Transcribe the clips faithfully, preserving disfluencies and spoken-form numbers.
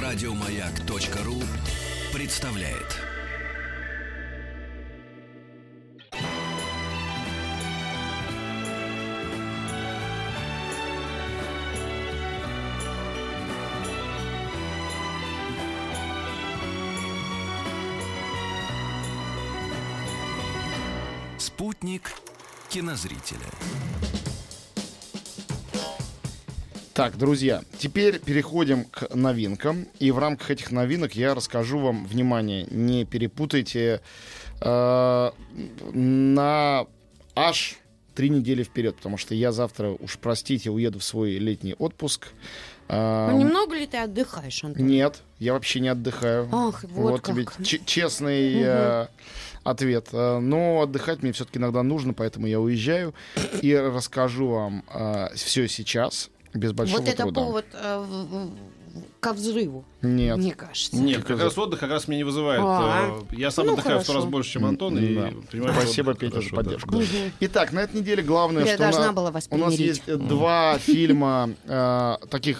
Радиомаяк.ру представляет. Спутник кинозрителя. Так, друзья, теперь переходим к новинкам. И в рамках этих новинок я расскажу вам, внимание, не перепутайте, э, на аж три недели вперед, потому что я завтра, уж простите, уеду в свой летний отпуск. Ну, немного ли ты отдыхаешь, Антон? Нет, я вообще не отдыхаю. Ах, вот, вот как. тебе ч- честный Угу. э, ответ. Но отдыхать мне все-таки иногда нужно, поэтому я уезжаю и расскажу вам э, все сейчас, без большого Вот это труда. повод э, в- в- ко взрыву, Нет. мне кажется. Нет, как раз отдых как раз меня не вызывает. А. Э, Я сам Ну, отдыхаю в сто хорошо. раз больше, чем Антон. Да. И понимаю, что Спасибо, отдых Петя, за хорошо, поддержку. да. Итак, на этой неделе главное, Я что у должна нас, была вас у нас примирить. есть э, два фильма э, таких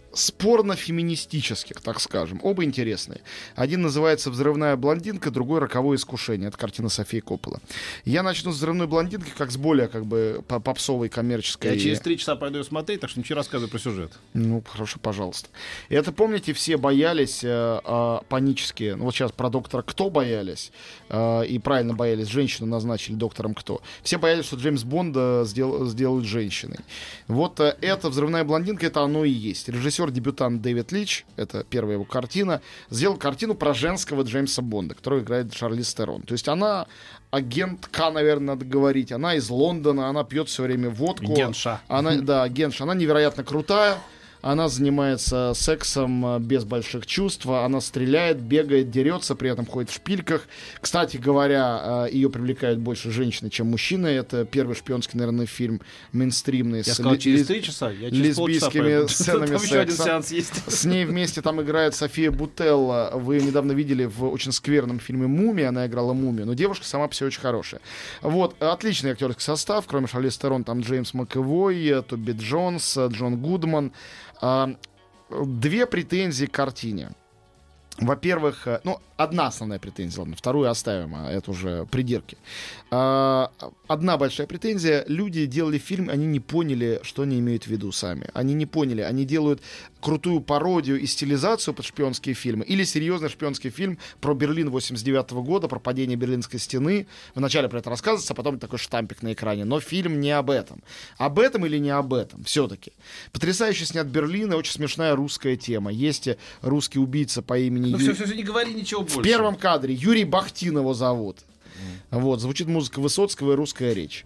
спорно-феминистических, так скажем. Оба интересные. Один называется «Взрывная блондинка», другой «Роковое искушение». Это картина Софии Копполы. Я начну с «Взрывной блондинки», как с более как бы по- попсовой, коммерческой. Я через три часа пойду ее смотреть, так что ничего рассказывай про сюжет. Ну, хорошо, пожалуйста. И это, помните, все боялись э, э, панически. Ну, вот сейчас про доктора Кто боялись. Э, и правильно боялись. Женщину назначили доктором Кто. Все боялись, что Джеймс Бонда сдел- сделают женщиной. Вот э, эта «Взрывная блондинка», это оно и есть. Режиссер-дебютант Дэвид Лич, это первая его картина, сделал картину про женского Джеймса Бонда, которого играет Шарлиз Терон. То есть она агентка, наверное, надо говорить. Она из Лондона, она пьет все время водку. Генша. Она, да, генша. Она невероятно крутая. Она занимается сексом э, без больших чувств. Она стреляет, бегает, дерется, при этом ходит в шпильках. Кстати говоря, э, ее привлекают больше женщины, чем мужчины. Это первый шпионский, наверное, фильм мейнстримный. Я с сказал, ли- через ли- три часа. Я через полчаса лесбийскими пойду. сценами Там еще один секса. сеанс есть. С ней вместе там играет София Бутелла. Вы ее недавно видели в очень скверном фильме «Мумия». Она играла мумию. Но девушка сама по себе очень хорошая. Вот. Отличный актерский состав. Кроме Шарлиз Терон, там Джеймс Макэвой, Тоби Джонс, Джон Гудман. А, Две претензии к картине. Во-первых, э, ну, одна основная претензия, ладно, вторую оставим, а это уже придирки. А, Одна большая претензия. Люди делали фильм, они не поняли, что они имеют в виду сами. Они не поняли. Они делают крутую пародию и стилизацию под шпионские фильмы или серьезный шпионский фильм про Берлин восемьдесят девятого года, про падение Берлинской стены. Вначале про это рассказывается, а потом такой штампик на экране. Но фильм не об этом. Об этом или не об этом? Все-таки. Потрясающе снят Берлин и очень смешная русская тема. Есть русский убийца по имени Ну Ю- все, все, все, не говори ничего больше. В первом кадре Юрий Бахтин его зовут. Вот, звучит музыка Высоцкого и русская речь.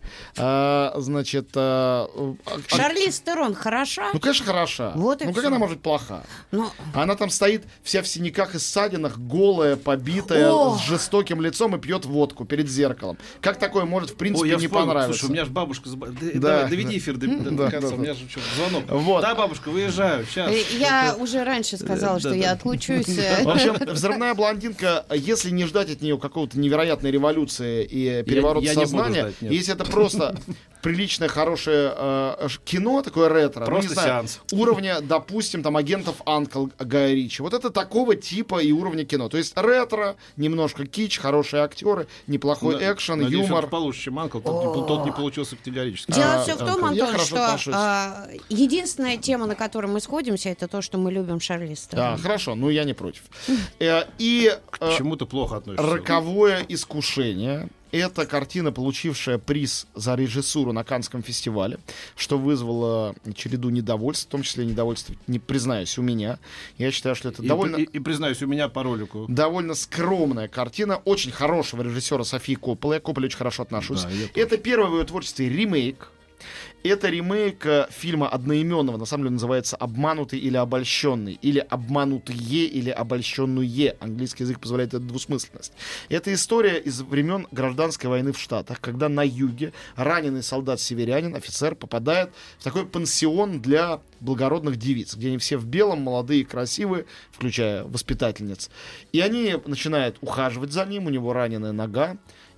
А, значит, а, а- Шарлиз Терон хороша? ну, конечно, хороша. Вот и ну, как всё. она может быть плоха? Ну, Она там стоит вся в синяках и ссадинах, голая, побитая, Ох. с жестоким лицом и пьет водку перед зеркалом. Как такое может, в принципе, Ой, я не вспомнил. понравиться? Слушай, у меня же бабушка... забо- Да, Да, Давай, доведи да. эфир до, до Да, конца. да, У меня же что, звонок. Вот. Да, бабушка, выезжаю. Сейчас. э, я уже раньше сказала, Да, что да, я да. отлучусь. В общем, «Взрывная блондинка», если не ждать от нее какого-то невероятной революции и переворота я не буду сознания, ждать, нет. если это просто приличное, хорошее э, ш- кино, такое ретро, Просто ну, не знаю, сеанс. уровня, допустим, там, агентов Анкл Гая Ричи. Вот это такого типа и уровня кино. То есть ретро, немножко кич, хорошие актеры, неплохой На- экшен, надеюсь, юмор. это получше, чем Анкл. Тот, не- тот не получился категорически. Дело А, все в а, том, я Антон, хорошо что отношусь. а, единственная тема, на которой мы сходимся, это то, что мы любим Шарлиз Терон. Да, хорошо, ну я не против. Э, И э, Почему ты плохо относишься? «Роковое искушение». Это картина, получившая приз за режиссуру на Каннском фестивале, что вызвало череду недовольств, в том числе недовольств, не признаюсь, у меня. Я считаю, что это И, довольно... и, и, признаюсь, у меня по ролику. Довольно скромная картина, очень хорошего режиссера Софии Копполы. Я к Копполе очень хорошо отношусь. Да, я тоже. Это первый в ее творчестве ремейк. Это ремейк э, фильма одноименного, на самом деле называется «Обманутый или обольщенный», или «Обманутые» или «Обольщенные». Английский язык позволяет эту двусмысленность. Это история из времен гражданской войны в Штатах, когда на юге раненый солдат-северянин, офицер, попадает в такой пансион для благородных девиц, где они все в белом, молодые, красивые, включая воспитательниц. И они начинают ухаживать за ним, у него раненая нога.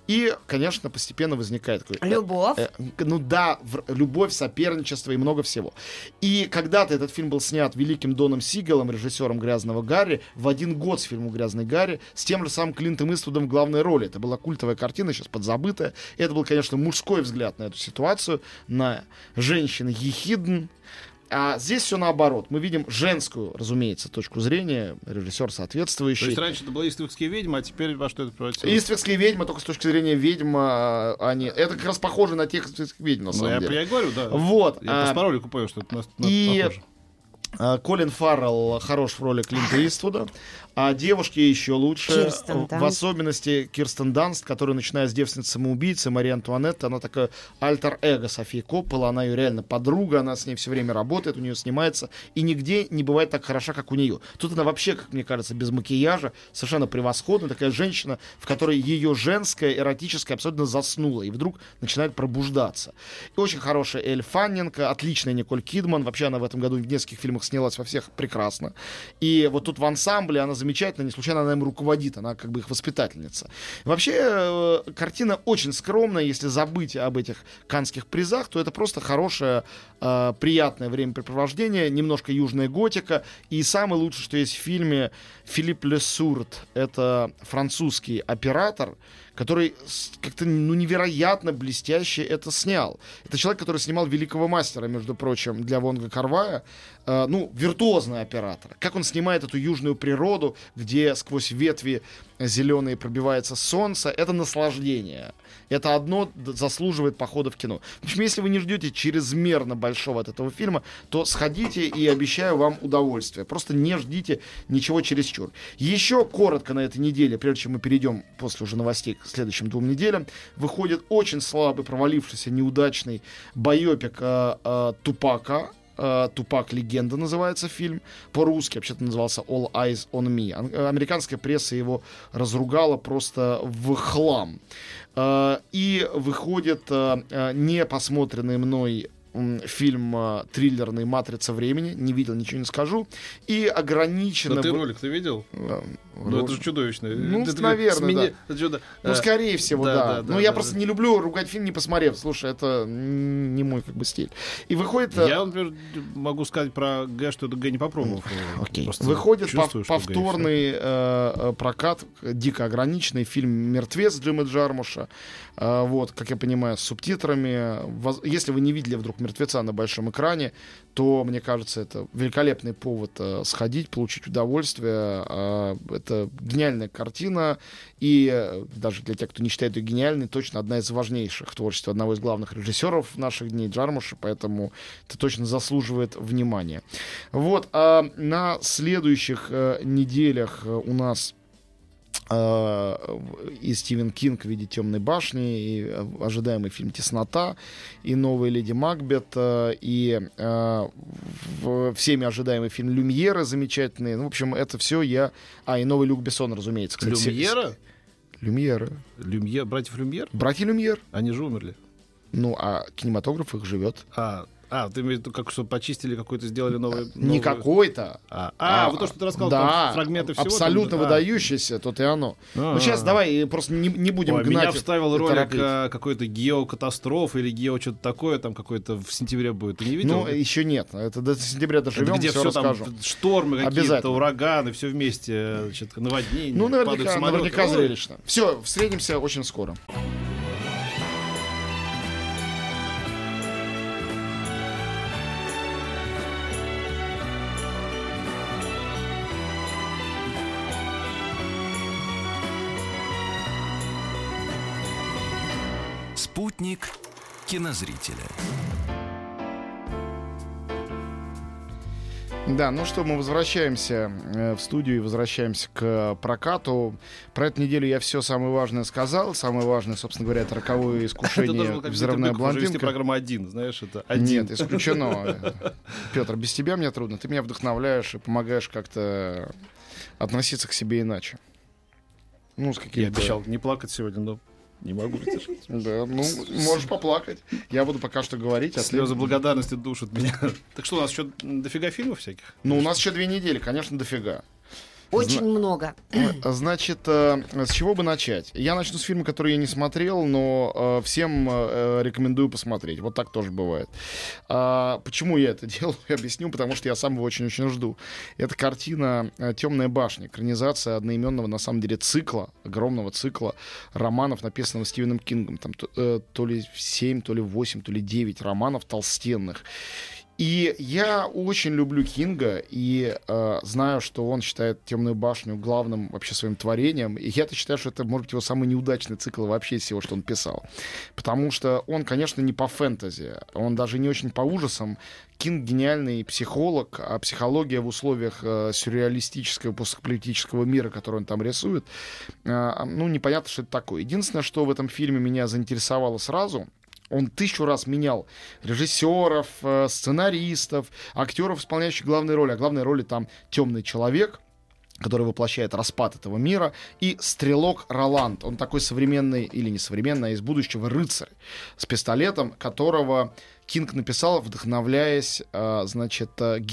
И, конечно, постепенно возникает такой... э, Любовь. э, ну да, в- любовь, соперничество и много всего. И когда-то этот фильм был снят великим Доном Сигалом, режиссером «Грязного Гарри», в один год с фильмом «Грязный Гарри», с тем же самым Клинтом Иствудом в главной роли. Это была культовая картина, сейчас подзабытая. И это был, конечно, мужской взгляд на эту ситуацию, на женщин ехидн. А здесь все наоборот. Мы видим женскую, разумеется, точку зрения, режиссер То соответствующий. есть раньше это была «Иствикские ведьмы», а теперь во что это превратилось? Иствикские ведьмы, только с точки зрения ведьм, а, они... Это как раз похоже на тех иствикских ведьм, на Ну, самом я, деле. я и говорю, да. Вот. Я а, просто по ролику понял, что это на, на- и- похоже. а, Колин Фаррелл хорош в роли Клинта Иствуда, а девушки еще лучше. Кирстен в, Данст. в особенности Кирстен Данст, которая, начиная с «Девственницы самоубийцы», Марии Антуанетты, она такая альтер-эго Софии Коппола, она ее реально подруга, она с ней все время работает, у нее снимается, и нигде не бывает так хороша, как у нее. Тут она вообще, как мне кажется, без макияжа, совершенно превосходная, такая женщина, в которой ее женское, эротическое абсолютно заснуло, и вдруг начинает пробуждаться. И очень хорошая Эль Фаннинг, отличная Николь Кидман, вообще она в этом году в нескольких фильмах снялась, во всех прекрасно. И вот тут в ансамбле она замечательно, не случайно она им руководит, она как бы их воспитательница. Вообще, э, картина очень скромная, если забыть об этих каннских призах, то это просто хорошее, э, приятное времяпрепровождение, немножко южная готика, и самое лучшее, что есть в фильме, Филипп Лесурд, это французский оператор, который с- как-то ну, невероятно блестяще это снял. Это человек, который снимал «Великого мастера», между прочим, для Вонга Кар-вая. Э, ну, виртуозный оператор. Как он снимает эту южную природу, где сквозь ветви зеленые пробивается солнце, это наслаждение. Это одно д- заслуживает похода в кино. В общем, если вы не ждете чрезмерно большого от этого фильма, то сходите, и обещаю вам удовольствие. Просто не ждите ничего чересчур. Еще коротко на этой неделе, прежде чем мы перейдем после уже новостей к следующим двум неделям, выходит очень слабый, провалившийся, неудачный байопик э, э, Тупака. Э, «Тупак. Легенда» называется фильм. По-русски вообще-то назывался «All Eyes on Me». Ан- э, Американская пресса его разругала просто в хлам. Э, И выходит э, э, не посмотренный мной м, фильм э, триллерный «Матрица времени». Не видел, ничего не скажу. И ограниченно... Да ты в- ролик ты видел? Э, Ну, это же чудовищно. Ну, Это- это наверное, смени- да. это чудо- Ну, э, скорее всего, да, да. да, Но да, я да, просто да. не люблю ругать фильм, не посмотрев. Слушай, это м, не мой как бы стиль. И выходит... э, Я, например, могу сказать про Г, что это Г не попробовав. Окей. Просто Выходит пов- чувствую, что Г, и всё. повторный э, э, прокат, э, дико ограниченный фильм «Мертвец» Джима Джармуша. Э, вот, как я понимаю, с субтитрами. Воз- Если вы не видели вдруг «Мертвеца» на большом экране, то, мне кажется, это великолепный повод э, сходить, получить удовольствие. Э, это гениальная картина. И э, даже для тех, кто не считает ее гениальной, точно одна из важнейших в творчестве одного из главных режиссеров наших дней, Джармуша. Поэтому это точно заслуживает внимания. Вот, а на следующих э, неделях э, у нас э, и Стивен Кинг в виде «Темной башни», и э, ожидаемый фильм «Теснота», и новая «Леди Макбет», э, и э, в- всеми ожидаемый фильм «Люмьеры» замечательный. Ну, в общем, это все я... А, и новый Люк Бессон, разумеется. Кстати, се- Люмьера? Люмьеры. Люмьер, братьев Люмьер? Братья Люмьер. Они же умерли. Ну, а кинематограф их живет. А, а ты имеешь в виду, как что почистили какой-то, сделали новый... Не новый- какой-то. А, а, вот то, что ты рассказал, да, там фрагменты всего. абсолютно там, да. выдающийся, тут и оно. А. Ну, сейчас давай э, просто не, не будем Ой, гнать. меня вставил и ролик торопить. а, какой-то геокатастроф или гео что-то такое, там какой-то в сентябре будет. Ты не видел? Ну, еще нет. Это до сентября Это доживем, где все все там расскажу. штормы какие-то, Обязательно. ураганы, все вместе, значит, наводнения, Ну, падают наверняка, самолеты. наверняка Ой, зрелищно. Все, встретимся очень скоро. Спутник кинозрителя. Да, ну что, мы возвращаемся э, в студию и возвращаемся к прокату. Про эту неделю я все самое важное сказал. Самое важное, собственно говоря, это «Роковое Это искушение», должен был как «Взрывная Дмитрий Быков уже вести блондинка». программу один, знаешь, это один. Нет, исключено. Петр, без тебя мне трудно. Ты меня вдохновляешь и помогаешь как-то относиться к себе иначе. Ну, с Я каким-то... обещал не плакать сегодня, но не могу сдержать. Да, ну, можешь поплакать. Я буду пока что говорить. А ты- Слезы благодарности душат меня. Так что, у нас еще дофига фильмов всяких? Ну, у нас еще две недели, конечно, дофига. Очень много. Значит, э, с чего бы начать? Я начну с фильма, который я не смотрел, но э, всем э, рекомендую посмотреть. Вот так тоже бывает. А, почему я это делаю? Я объясню, потому что я сам его очень-очень жду. Это картина «Темная башня», экранизация одноименного, на самом деле, цикла, огромного цикла романов, написанного Стивеном Кингом. Там то, э, то ли семь, то ли восемь, то ли девять романов толстенных. И я очень люблю Кинга и э, знаю, что он считает «Темную башню» главным вообще своим творением. И я-то считаю, что это, может быть, его самый неудачный цикл вообще из всего, что он писал. Потому что он, конечно, не по фэнтези, он даже не очень по ужасам. Кинг гениальный психолог, а психология в условиях э, сюрреалистического постапокалиптического мира, который он там рисует, э, ну, непонятно, что это такое. Единственное, что в этом фильме меня заинтересовало сразу — он тысячу раз менял режиссеров, сценаристов, актеров, исполняющих главные роли. А главные роли там темный человек, который воплощает распад этого мира, и стрелок Роланд. Он такой современный, или не современный, а из будущего рыцарь с пистолетом, которого Кинг написал, вдохновляясь, значит,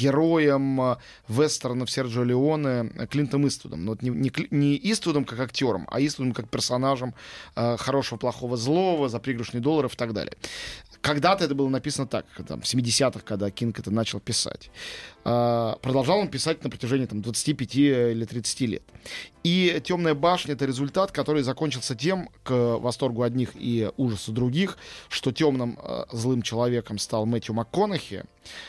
героем вестернов Серджио Леоне Клинтом Иствудом. Но вот не, не, не Иствудом как актером, а Иствудом как персонажем хорошего, плохого, злого, за пригоршни долларов и так далее. Когда-то это было написано так, там, в семидесятых, когда Кинг это начал писать. Продолжал он писать на протяжении там, двадцати пяти или тридцати лет. И «Темная башня» — это результат, который закончился тем, к восторгу одних и ужасу других, что темным э, злым человеком стал Мэтью МакКонахи,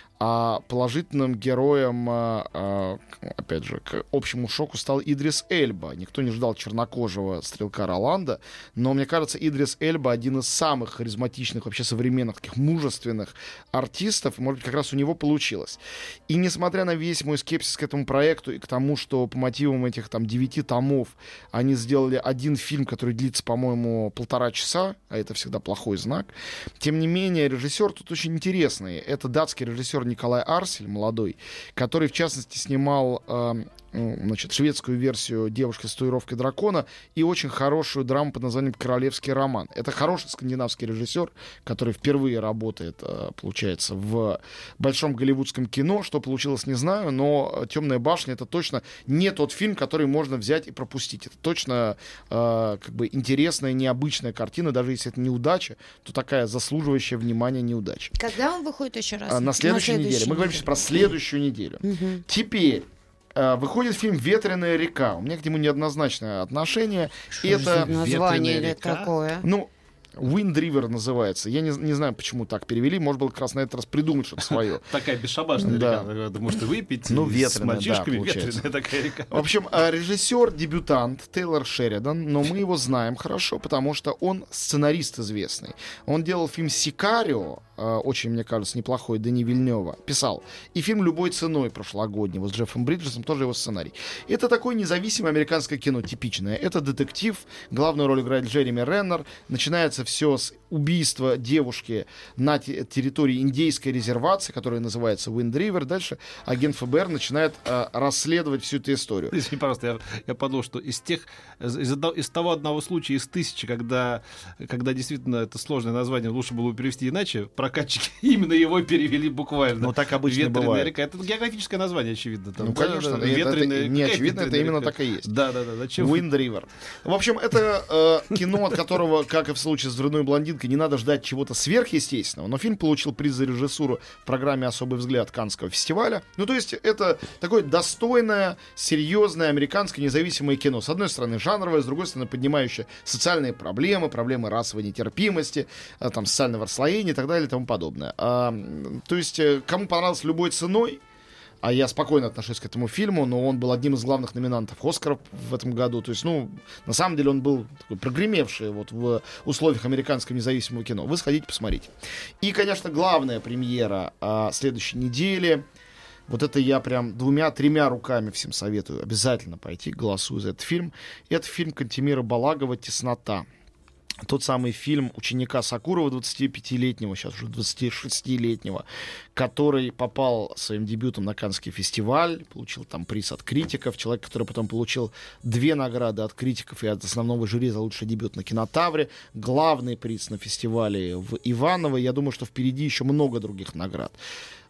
а положительным героем, э, опять же, к общему шоку стал Идрис Эльба. Никто не ждал чернокожего стрелка Роланда, но, мне кажется, Идрис Эльба — один из самых харизматичных, вообще современных, таких мужественных артистов, может быть, как раз у него получилось. И несмотря на весь мой скепсис к этому проекту и к тому, что по мотивам этих там девяти томов они сделали один фильм, который длится, по-моему, полтора часа, а это всегда плохой знак, тем не менее, режиссер тут очень интересный. Это датский режиссер Николай Арсель, молодой, который, в частности, снимал э, значит, шведскую версию «Девушки с татуировкой дракона» и очень хорошую драму под названием «Королевский роман». Это хороший скандинавский режиссер, который впервые работает, э, получается, в большом голливудском кино. Что получилось, не знаю, но «Темная башня» — это точно не тот фильм, который можно взять и пропустить. Это точно э, как бы интересная, необычная картина. Даже если это неудача, то такая заслуживающая внимания неудача. Когда он выходит еще раз? А, на следующей неделе. Мы говорим сейчас про следующую неделю. Угу. Теперь э, выходит фильм «Ветреная река». У меня к нему неоднозначное отношение. Что это название или такое? Ну, Wind River называется. Я не, не знаю, почему так перевели. Может было как раз на этот раз придумать что-то свое. Такая бесшабашная река. Ты можешь выпить ну, с мальчишками. Ветреная такая река. В общем, режиссер, дебютант Тейлор Шеридан, но мы его знаем хорошо, потому что он сценарист известный. Он делал фильм «Сикарио», очень, мне кажется, неплохой, Дени Вильнёва, писал. И фильм «Любой ценой» прошлогодний, вот с Джеффом Бриджесом, тоже его сценарий. Это такое независимое американское кино, типичное. Это детектив, главную роль играет Джереми Реннер. Начинается все с убийства девушки на территории индейской резервации, которая называется Wind River. Дальше агент ФБР начинает э, расследовать всю эту историю. Извини, пожалуйста, я, я подумал, что из тех, из, из того одного случая, из тысячи, когда, когда действительно это сложное название лучше было бы перевести иначе, прокатчики именно его перевели буквально. Ну, так обычно бывает. Река. Это географическое название, очевидно. Там, ну, да, конечно. Да, да, это, ветреная, это, не очевидно, это именно река. так и есть. Да, да, да. Зачем? Wind River. В общем, это э, кино, от которого, как и в случае с «Взрывной блондинкой», не надо ждать чего-то сверхъестественного, но фильм получил приз за режиссуру в программе «Особый взгляд» Каннского фестиваля. Ну, то есть это такое достойное, серьезное американское независимое кино. С одной стороны, жанровое, с другой стороны, поднимающее социальные проблемы, проблемы расовой нетерпимости, там, социального расслоения и так далее и тому подобное. А, то есть, кому понравилось «Любой ценой», а я спокойно отношусь к этому фильму, но он был одним из главных номинантов «Оскаров» в этом году. То есть, ну, на самом деле он был такой прогремевший вот в условиях американского независимого кино. Вы сходите, посмотрите. И, конечно, главная премьера а, следующей недели. Вот это я прям двумя-тремя руками всем советую обязательно пойти, голосую за этот фильм. Это фильм Кантемира Балагова «Теснота». Тот самый фильм ученика Сакурова, двадцатипятилетнего, сейчас уже двадцатишестилетнего, который попал своим дебютом на Каннский фестиваль, получил там приз от критиков. Человек, который потом получил две награды от критиков и от основного жюри за лучший дебют на Кинотавре. Главный приз на фестивале в Иваново. Я думаю, что впереди еще много других наград.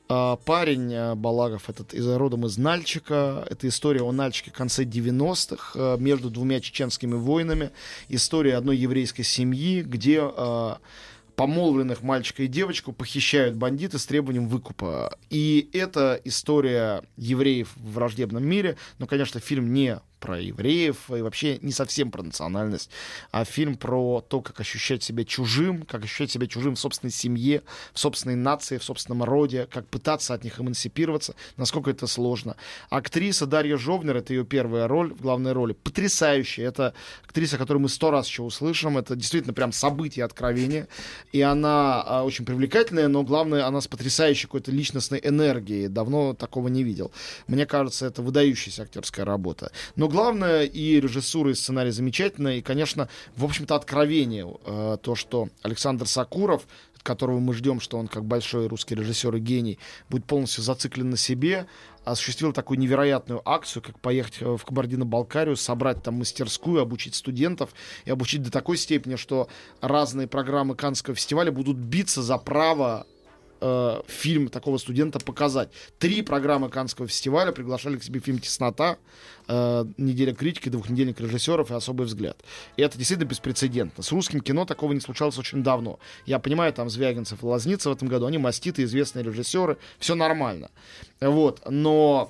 А, Парень а, Балагов этот из, родом из Нальчика. Это история о Нальчике в конце девяностых а, между двумя чеченскими войнами. История одной еврейской семьи, где а, помолвленных мальчика и девочку похищают бандиты с требованием выкупа. И это история евреев в враждебном мире. Но, конечно, фильм не про евреев и вообще не совсем про национальность, а фильм про то, как ощущать себя чужим, как ощущать себя чужим в собственной семье, в собственной нации, в собственном роде, как пытаться от них эмансипироваться, насколько это сложно. Актриса Дарья Жовнер, это ее первая роль в главной роли, потрясающая. Это актриса, которую мы сто раз еще услышим. Это действительно прям событие, откровение. И она а, очень привлекательная, но главное, она с потрясающей какой-то личностной энергией. Давно такого не видел. Мне кажется, это выдающаяся актерская работа. Но главное, и режиссура, и сценарий замечательные, и, конечно, в общем-то, откровение. Э, то, что Александр Сакуров, от которого мы ждем, что он, как большой русский режиссер и гений, будет полностью зациклен на себе, осуществил такую невероятную акцию, как поехать в Кабардино-Балкарию, собрать там мастерскую, обучить студентов, и обучить до такой степени, что разные программы Каннского фестиваля будут биться за право э, фильм такого студента показать. Три программы Каннского фестиваля приглашали к себе фильм «Теснота», э, «Неделя критики», «Двухнедельник режиссеров» и «Особый взгляд». И это действительно беспрецедентно. С русским кино такого не случалось очень давно. Я понимаю, там Звягинцев и Лозница в этом году, они маститы, известные режиссеры, все нормально. Вот, но...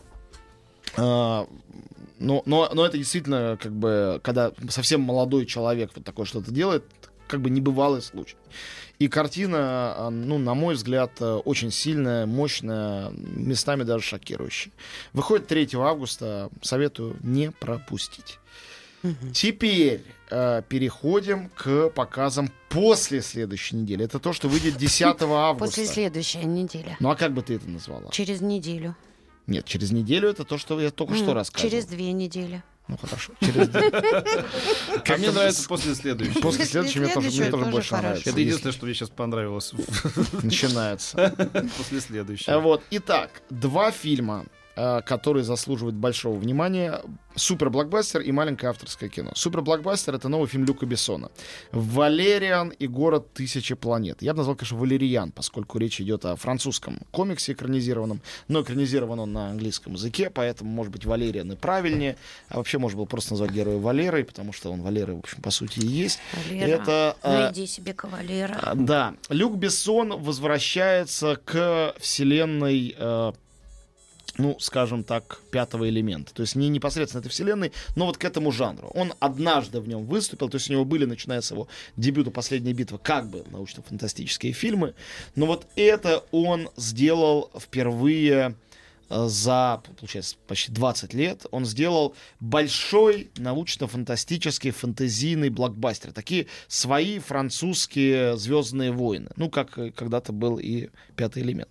Э, но, но, но это действительно, как бы, когда совсем молодой человек вот такое что-то делает, как бы небывалый случай. И картина, ну, на мой взгляд, очень сильная, мощная, местами даже шокирующая. Выходит третьего августа, советую не пропустить. Угу. Теперь э, переходим к показам после следующей недели. Это то, что выйдет десятого августа. После следующей недели. Ну, а как бы ты это назвала? Через неделю. Нет, через неделю это то, что я только mm, что рассказывал. Через две недели. Ну, хорошо. Через две. А мне нравится после следующего. После следующего мне тоже, мне тоже больше нравится. Это единственное, что мне сейчас понравилось. Начинается. После следующего. Вот. Итак, два фильма, которые заслуживают большого внимания. Супер-блокбастер и маленькое авторское кино. Супер-блокбастер — это новый фильм Люка Бессона. «Валериан и город тысячи планет». Я бы назвал, конечно, «Валериан», поскольку речь идет о французском комиксе экранизированном, но экранизирован он на английском языке, поэтому, может быть, «Валериан» и правильнее. А вообще можно было просто назвать героя Валерой, потому что он Валерой, в общем, по сути, и есть. Валера, это, найди себе кавалера. А, да. Люк Бессон возвращается к вселенной... А, ну, скажем так, пятого элемента. То есть не непосредственно этой вселенной, но вот к этому жанру. Он однажды в нем выступил, то есть у него были, начиная с его дебюта «Последняя битва», как бы научно-фантастические фильмы, но вот это он сделал впервые за, получается, почти двадцать лет. Он сделал большой научно-фантастический фэнтезийный блокбастер. Такие свои французские «Звездные войны». Ну, как когда-то был и «Пятый элемент».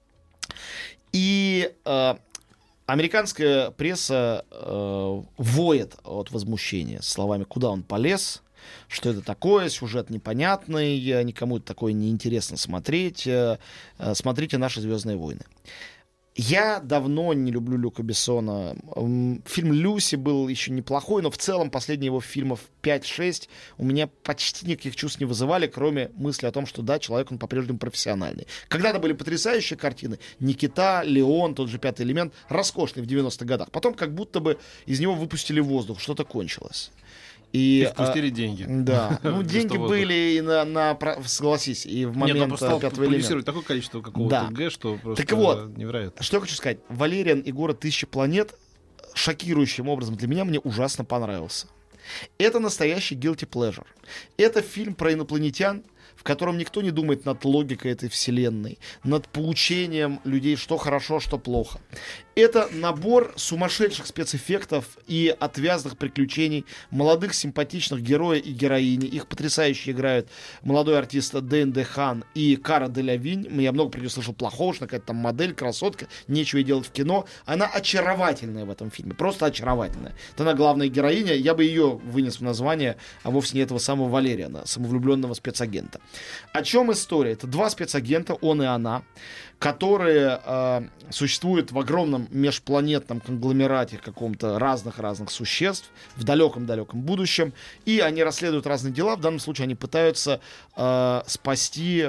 И э, американская пресса э, воет от возмущения словами «Куда он полез?», что это такое, сюжет непонятный, никому это такое неинтересно смотреть, э, смотрите «Наши звездные войны». Я давно не люблю Люка Бессона. Фильм «Люси» был еще неплохой, но в целом последние его фильмов пять-шесть у меня почти никаких чувств не вызывали, кроме мысли о том, что да, человек он по-прежнему профессиональный. Когда-то были потрясающие картины. «Никита», «Леон», тот же «Пятый элемент», роскошный в девяностых годах. Потом как будто бы из него выпустили воздух, что-то кончилось. И, и впустили а, деньги. Да. Ну, деньги были и на, на, согласись, и в момент Нет, ну, «Пятого элемента». Такое количество какого-то да. Г, что просто так вот, невероятно. Что я хочу сказать. «Валериан и город тысячи планет» шокирующим образом для меня мне ужасно понравился. Это настоящий guilty pleasure. Это фильм про инопланетян, в котором никто не думает над логикой этой вселенной, над получением людей, что хорошо, что плохо. Это набор сумасшедших спецэффектов и отвязных приключений молодых симпатичных героя и героини. Их потрясающе играют молодой артист Дэйн Дехан и Кара Делявинь. Я много про нее слышал плохого, что какая-то там модель, красотка, нечего ей делать в кино. Она очаровательная в этом фильме, просто очаровательная. Это она главная героиня, я бы ее вынес в название, а вовсе не этого самого Валериана, самовлюбленного спецагента. О чем история? Это два спецагента, он и она, которые э, существуют в огромном межпланетном конгломерате каком-то разных-разных существ в далеком-далеком будущем, и они расследуют разные дела. В данном случае они пытаются э, спасти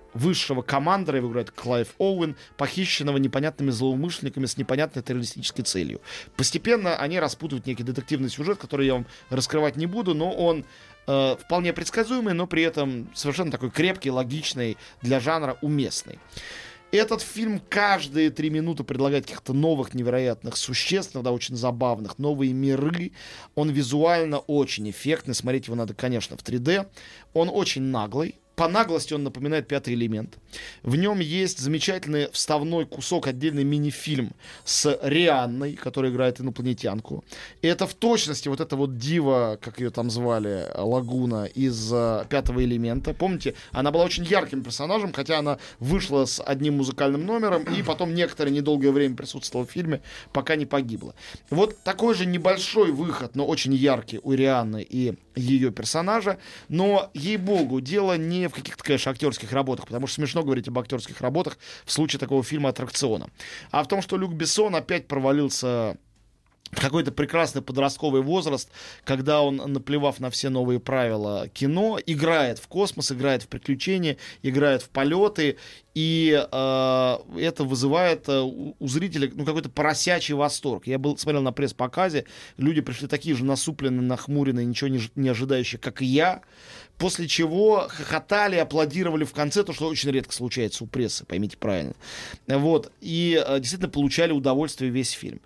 высшего командора, его играет Клайв Оуэн, похищенного непонятными злоумышленниками с непонятной террористической целью. Постепенно они распутывают некий детективный сюжет, который я вам раскрывать не буду, но он э, вполне предсказуемый, но при этом совершенно такой крепкий, логичный, для жанра уместный. Этот фильм каждые три минуты предлагает каких-то новых невероятных существ, иногда очень забавных, новые миры. Он визуально очень эффектный, смотреть его надо, конечно, в три дэ. Он очень наглый. По наглости он напоминает «Пятый элемент». В нем есть замечательный вставной кусок, отдельный мини-фильм с Рианной, которая играет инопланетянку. И это в точности вот эта вот дива, как ее там звали, Лагуна из uh, «Пятого элемента». Помните, она была очень ярким персонажем, хотя она вышла с одним музыкальным номером и потом некоторое недолгое время присутствовала в фильме, пока не погибла. Вот такой же небольшой выход, но очень яркий у Рианны и ее персонажа. Но, ей-богу, дело не в каких-то, конечно, актерских работах, потому что смешно говорить об актерских работах в случае такого фильма «Аттракциона», а в том, что Люк Бессон опять провалился в какой-то прекрасный подростковый возраст, когда он, наплевав на все новые правила кино, играет в космос, играет в приключения, играет в полеты, и э, это вызывает э, у, у зрителя ну, какой-то поросячий восторг. Я был, смотрел на пресс-показе, люди пришли такие же насупленные, нахмуренные, ничего не, не ожидающие, как и я, после чего хохотали, аплодировали в конце, то, что очень редко случается у прессы, поймите правильно. Вот. И э, действительно получали удовольствие весь фильм.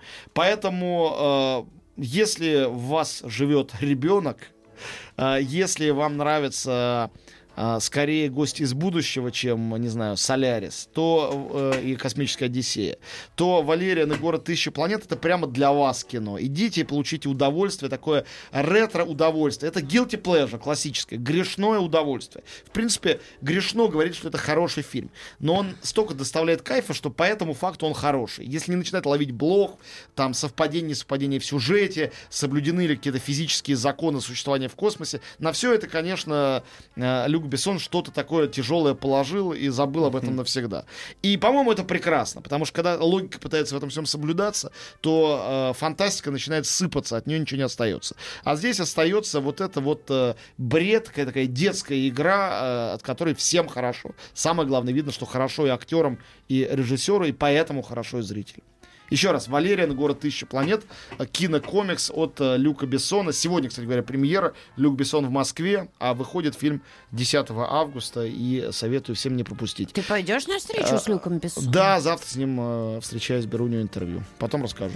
Поэтому, э, если в вас живет ребенок, э, если вам нравится э, скорее «Гости из будущего», чем, не знаю, «Солярис», то, э, и «Космическая Одиссея», то «Валериан и город тысячи планет» — это прямо для вас кино. Идите и получите удовольствие, такое ретро-удовольствие. Это guilty pleasure классическое, грешное удовольствие. В принципе, грешно говорить, что это хороший фильм, но он столько доставляет кайфа, что по этому факту он хороший. Если не начинать ловить блох, там совпадение, совпадение в сюжете, соблюдены ли какие-то физические законы существования в космосе, на все это, конечно, Люк Бессон что-то такое тяжелое положил и забыл об этом навсегда. И, по-моему, это прекрасно, потому что когда логика пытается в этом всем соблюдаться, то э, фантастика начинает сыпаться, от нее ничего не остается. А здесь остается вот это вот э, бред, какая такая детская игра, э, от которой всем хорошо. Самое главное, видно, что хорошо и актерам, и режиссеру, и поэтому хорошо и зрителю. Еще раз, «Валериан. Город тысячи планет», кинокомикс от э, Люка Бессона. Сегодня, кстати говоря, премьера. Люк Бессон в Москве, а выходит фильм десятого августа, и советую всем не пропустить. Ты пойдешь на встречу а, с Люком Бессоном? Да, завтра с ним э, встречаюсь, беру у него интервью. Потом расскажу.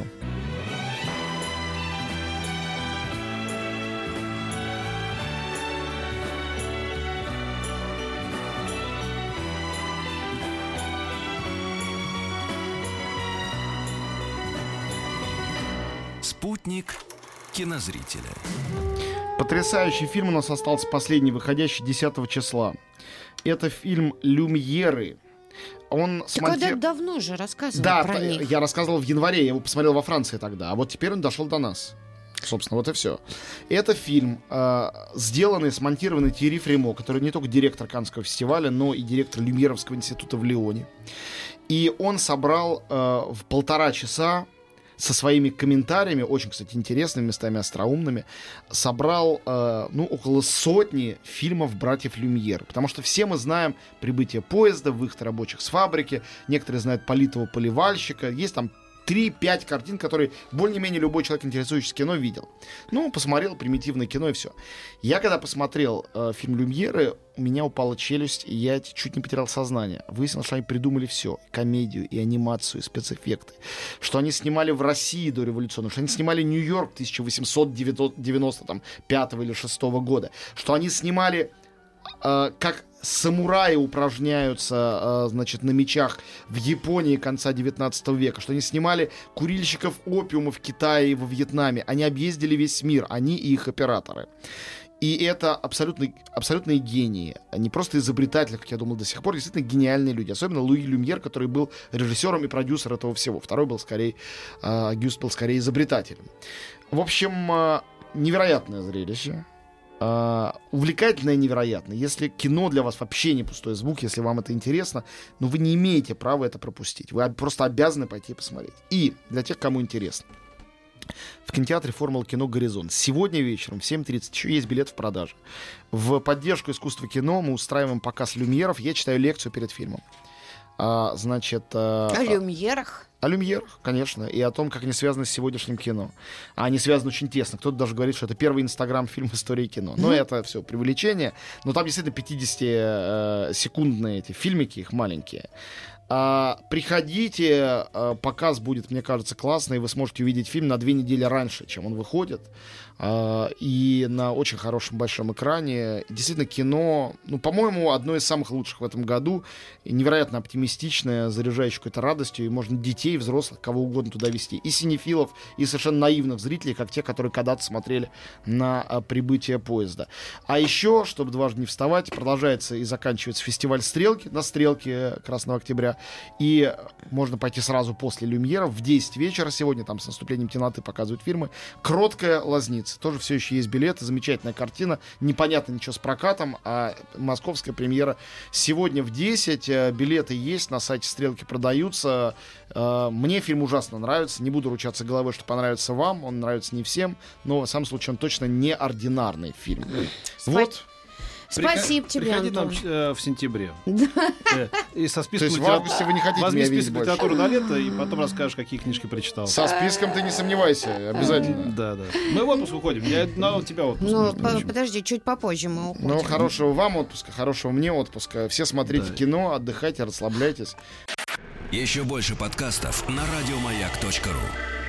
Спутник кинозрителя. Потрясающий фильм у нас остался последний, выходящий десятого числа. Это фильм «Люмьеры». Он Ты смонти... когда давно же рассказывал да, про та, них. Я рассказывал в январе, я его посмотрел во Франции тогда, а вот теперь он дошел до нас. Собственно, вот и все. Это фильм, э, сделанный, смонтированный Тьерри Фримо, который не только директор Каннского фестиваля, но и директор Люмьеровского института в Лионе. И он собрал э, в полтора часа со своими комментариями, очень, кстати, интересными, местами остроумными, собрал, э, ну, около сотни фильмов братьев Люмьер. Потому что все мы знаем «Прибытие поезда», «Выход рабочих с фабрики», некоторые знают «Политого поливальщика». Есть там три-пять картин, которые более-менее любой человек, интересующийся кино, видел. Ну, посмотрел примитивное кино и все. Я когда посмотрел э, фильм «Люмьеры», у меня упала челюсть, и я чуть не потерял сознание. Выяснилось, что они придумали все. И комедию, и анимацию, и спецэффекты. Что они снимали в России до революционного, что они снимали Нью-Йорк тысяча восемьсот девяносто пятого или шестого года. Что они снимали э, как самураи упражняются, значит, на мечах в Японии конца девятнадцатого века, что они снимали курильщиков опиума в Китае и во Вьетнаме. Они объездили весь мир, они и их операторы. И это абсолютно, абсолютные гении. Не просто изобретатели, как я думал до сих пор, действительно гениальные люди. Особенно Луи Люмьер, который был режиссером и продюсером этого всего. Второй был скорее, э, Гюст был скорее изобретателем. В общем, э, невероятное зрелище. Uh, увлекательное невероятно. Если кино для вас вообще не пустой звук, если вам это интересно, но вы не имеете права это пропустить. Вы просто обязаны пойти посмотреть. И для тех, кому интересно. в кинотеатре «Формула кино Горизонт». Сегодня вечером в семь тридцать еще есть билет в продаже. В поддержку искусства кино мы устраиваем показ люмьеров. Я читаю лекцию перед фильмом. А, значит, а, О люмьерах? О люмьерах, конечно, и о том, как они связаны с сегодняшним кино. А они связаны очень тесно. Кто-то даже говорит, что это первый инстаграм-фильм в истории кино. Но mm-hmm. это все преувеличение. Но там действительно пятидесятисекундные эти фильмики, их маленькие. А, приходите, а, показ будет, мне кажется, классный. Вы сможете увидеть фильм на две недели раньше, чем он выходит. А, и на очень хорошем большом экране. Действительно, кино, ну, по-моему, одно из самых лучших в этом году. И невероятно оптимистичное, заряжающее какой-то радостью. И можно детей, взрослых, кого угодно туда вести. И синефилов, и совершенно наивных зрителей, как те, которые когда-то смотрели на а, прибытие поезда. А еще, чтобы дважды не вставать, продолжается и заканчивается фестиваль «Стрелки» на «Стрелке» Красного Октября. И можно пойти сразу после люмьеров в десять вечера сегодня, там с наступлением темноты показывают фильмы. «Кроткая лазница». Тоже все еще есть билеты, замечательная картина. Непонятно ничего с прокатом, а московская премьера сегодня в десять. Билеты есть, на сайте «Стрелки» продаются. Мне фильм ужасно нравится. Не буду ручаться головой, что понравится вам. Он нравится не всем, но в самом случае он точно неординарный фильм. Спа- Вот. Спасибо тебе, Приходи Антон. нам э, в сентябре. Э, И со То списком есть в литера- августе вы не хотите Возьми меня видеть список больше? литературы на лето, и потом расскажешь, какие книжки прочитал. Со списком ты не сомневайся, обязательно. Да, да. Мы в отпуск уходим. Я на тебя отпуск. Ну, между по- прочим. подожди, чуть попозже мы уходим. Ну, хорошего вам отпуска, хорошего мне отпуска. Все смотрите Да. кино, отдыхайте, расслабляйтесь. Еще больше подкастов на радиомаяк точка ру.